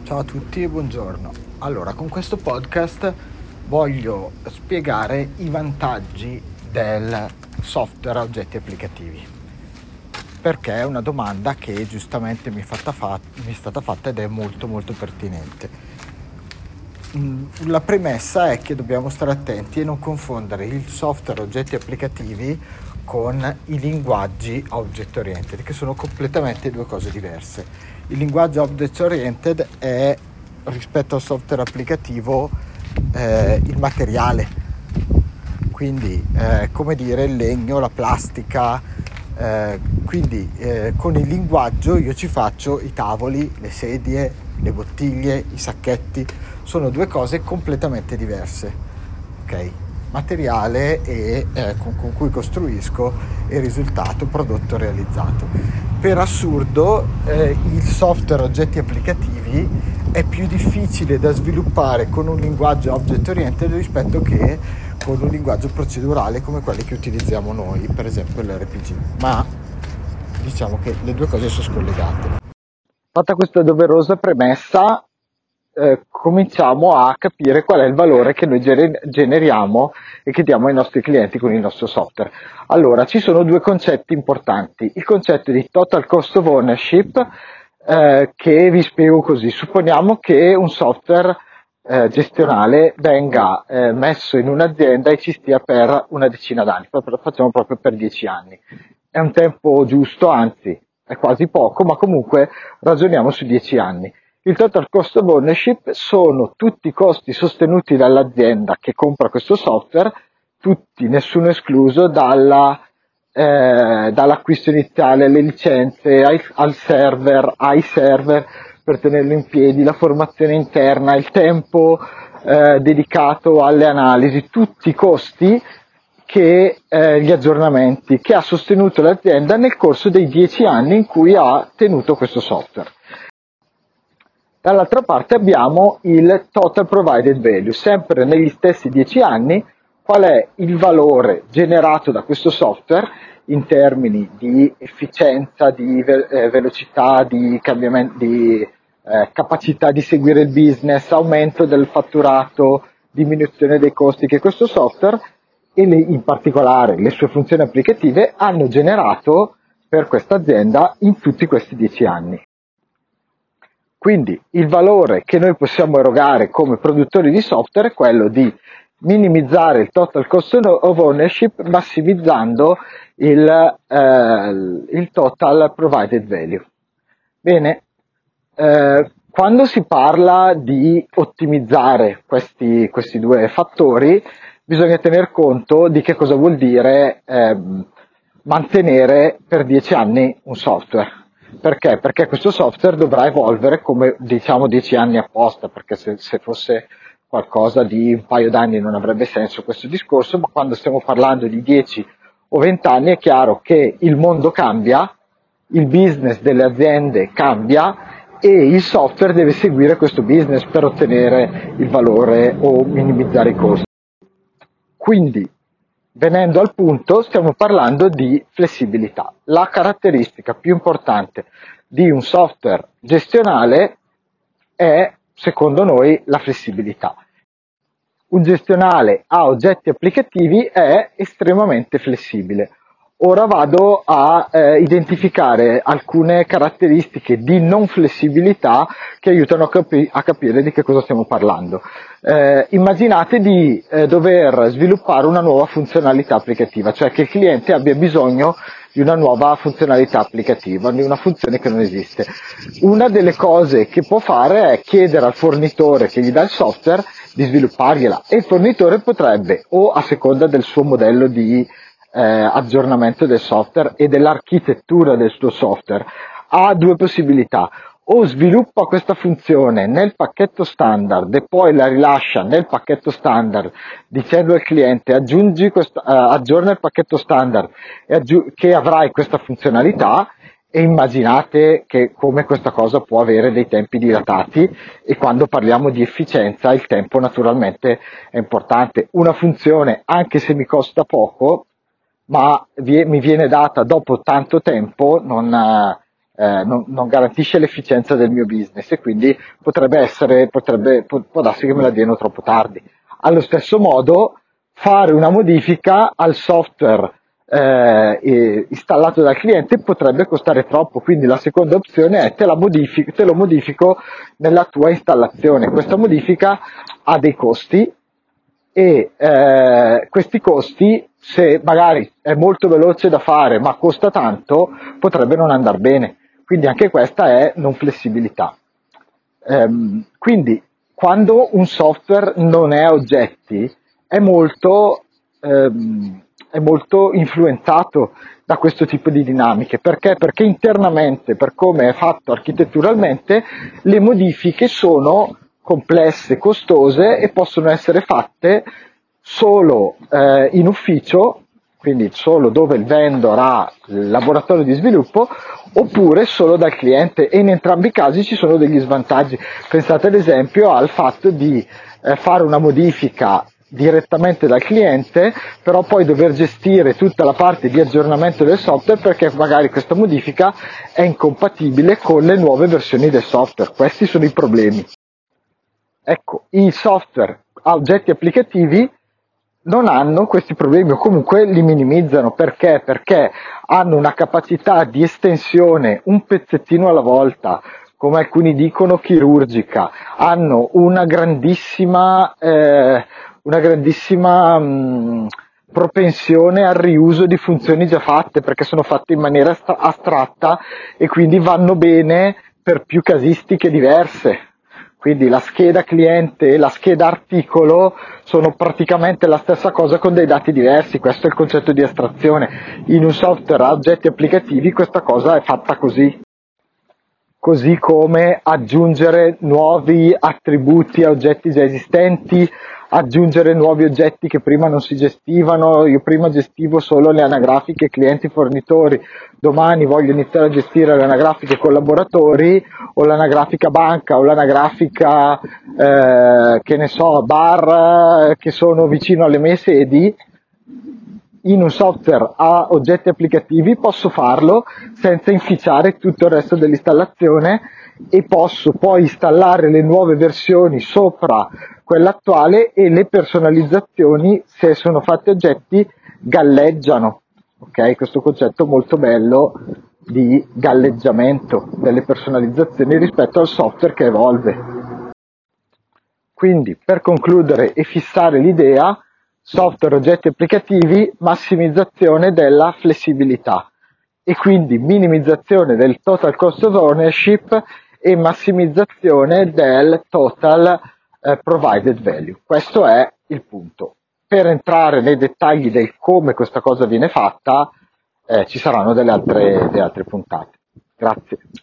Ciao a tutti e buongiorno. Allora, con questo podcast voglio spiegare i vantaggi del software a oggetti applicativi, perché è una domanda che giustamente mi è stata fatta ed è molto pertinente. La premessa è che dobbiamo stare attenti e non confondere il software a oggetti applicativi con i linguaggi object oriented, che sono completamente due cose diverse. Il linguaggio object oriented è, rispetto al software applicativo, il materiale, quindi come dire il legno, la plastica, quindi con il linguaggio io ci faccio i tavoli, le sedie, le bottiglie, i sacchetti. Sono due cose completamente diverse, ok? Materiale e con cui costruisco il risultato prodotto realizzato. Per assurdo il software oggetti applicativi è più difficile da sviluppare con un linguaggio object oriented rispetto che con un linguaggio procedurale come quelli che utilizziamo noi, per esempio l'RPG, ma diciamo che le due cose sono scollegate. Fatta questa doverosa premessa, cominciamo a capire qual è il valore che noi generiamo e che diamo ai nostri clienti con il nostro software. Allora, ci sono due concetti importanti. Il concetto di total cost of ownership, che vi spiego così. Supponiamo che un software gestionale venga messo in un'azienda e ci stia per una decina d'anni, lo facciamo proprio per 10 anni. È un tempo giusto, anzi è quasi poco, ma comunque ragioniamo su 10 anni. Il total cost of ownership sono tutti i costi sostenuti dall'azienda che compra questo software, tutti, nessuno escluso, dall'acquisto iniziale, alle licenze, ai server per tenerlo in piedi, la formazione interna, il tempo dedicato alle analisi, tutti i costi gli aggiornamenti che ha sostenuto l'azienda nel corso dei 10 anni in cui ha tenuto questo software. Dall'altra parte abbiamo il total provided value, sempre negli stessi 10 anni, qual è il valore generato da questo software in termini di efficienza, di velocità, di cambiamento, di capacità di seguire il business, aumento del fatturato, diminuzione dei costi che questo software e in particolare le sue funzioni applicative hanno generato per questa azienda in tutti questi 10 anni. Quindi il valore che noi possiamo erogare come produttori di software è quello di minimizzare il total cost of ownership massimizzando il total provided value. Bene, quando si parla di ottimizzare questi due fattori bisogna tener conto di che cosa vuol dire mantenere per 10 anni un software. Perché? Perché questo software dovrà evolvere come diciamo 10 anni apposta, perché se fosse qualcosa di un paio d'anni non avrebbe senso questo discorso, ma quando stiamo parlando di 10 o 20 anni è chiaro che il mondo cambia, il business delle aziende cambia e il software deve seguire questo business per ottenere il valore o minimizzare i costi. Quindi, venendo al punto, stiamo parlando di flessibilità. La caratteristica più importante di un software gestionale è, secondo noi, la flessibilità. Un gestionale a oggetti applicativi è estremamente flessibile. Ora vado a identificare alcune caratteristiche di non flessibilità che aiutano a capire di che cosa stiamo parlando. Immaginate di dover sviluppare una nuova funzionalità applicativa, cioè che il cliente abbia bisogno di una nuova funzionalità applicativa, di una funzione che non esiste. Una delle cose che può fare è chiedere al fornitore che gli dà il software di sviluppargliela e il fornitore potrebbe, o a seconda del suo modello di aggiornamento del software e dell'architettura del suo software, ha due possibilità: o sviluppa questa funzione nel pacchetto standard e poi la rilascia nel pacchetto standard dicendo al cliente aggiorna il pacchetto standard che avrai questa funzionalità, e immaginate che come questa cosa può avere dei tempi dilatati, e quando parliamo di efficienza il tempo naturalmente è importante. Una funzione, anche se mi costa poco, ma mi viene data dopo tanto tempo, non garantisce l'efficienza del mio business, e quindi può darsi che me la diano troppo tardi. Allo stesso modo, fare una modifica al software installato dal cliente potrebbe costare troppo, quindi la seconda opzione è te lo modifico nella tua installazione. Questa modifica ha dei costi, e questi costi, se magari è molto veloce da fare ma costa tanto, potrebbe non andare bene. Quindi anche questa è non flessibilità. Quindi quando un software non è a oggetti è molto influenzato da questo tipo di dinamiche. Perché? Perché internamente, per come è fatto architetturalmente, le modifiche sono complesse, costose, e possono essere fatte solo in ufficio, quindi solo dove il vendor ha il laboratorio di sviluppo, oppure solo dal cliente, e in entrambi i casi ci sono degli svantaggi. Pensate ad esempio al fatto di fare una modifica direttamente dal cliente, però poi dover gestire tutta la parte di aggiornamento del software perché magari questa modifica è incompatibile con le nuove versioni del software. Questi sono i problemi. Ecco, i software a oggetti applicativi non hanno questi problemi, o comunque li minimizzano. Perché? Perché hanno una capacità di estensione un pezzettino alla volta, come alcuni dicono chirurgica, hanno una grandissima propensione al riuso di funzioni già fatte, perché sono fatte in maniera astratta e quindi vanno bene per più casistiche diverse. Quindi la scheda cliente e la scheda articolo sono praticamente la stessa cosa con dei dati diversi. Questo è il concetto di astrazione. In un software a oggetti applicativi questa cosa è fatta così. Così come aggiungere nuovi attributi a oggetti già esistenti, aggiungere nuovi oggetti che prima non si gestivano. Io prima gestivo solo le anagrafiche clienti-fornitori, domani voglio iniziare a gestire le anagrafiche collaboratori, o l'anagrafica banca, o l'anagrafica che ne so, bar che sono vicino alle mie sedi. In un software a oggetti applicativi posso farlo senza inficiare tutto il resto dell'installazione, e posso poi installare le nuove versioni sopra quella attuale, e le personalizzazioni, se sono fatte oggetti, galleggiano. Ok? Questo concetto molto bello di galleggiamento delle personalizzazioni rispetto al software che evolve. Quindi, per concludere e fissare l'idea, software oggetti applicativi, massimizzazione della flessibilità, e quindi minimizzazione del total cost of ownership e massimizzazione del total provided value. Questo è il punto. Per entrare nei dettagli del come questa cosa viene fatta ci saranno delle altre puntate. Grazie.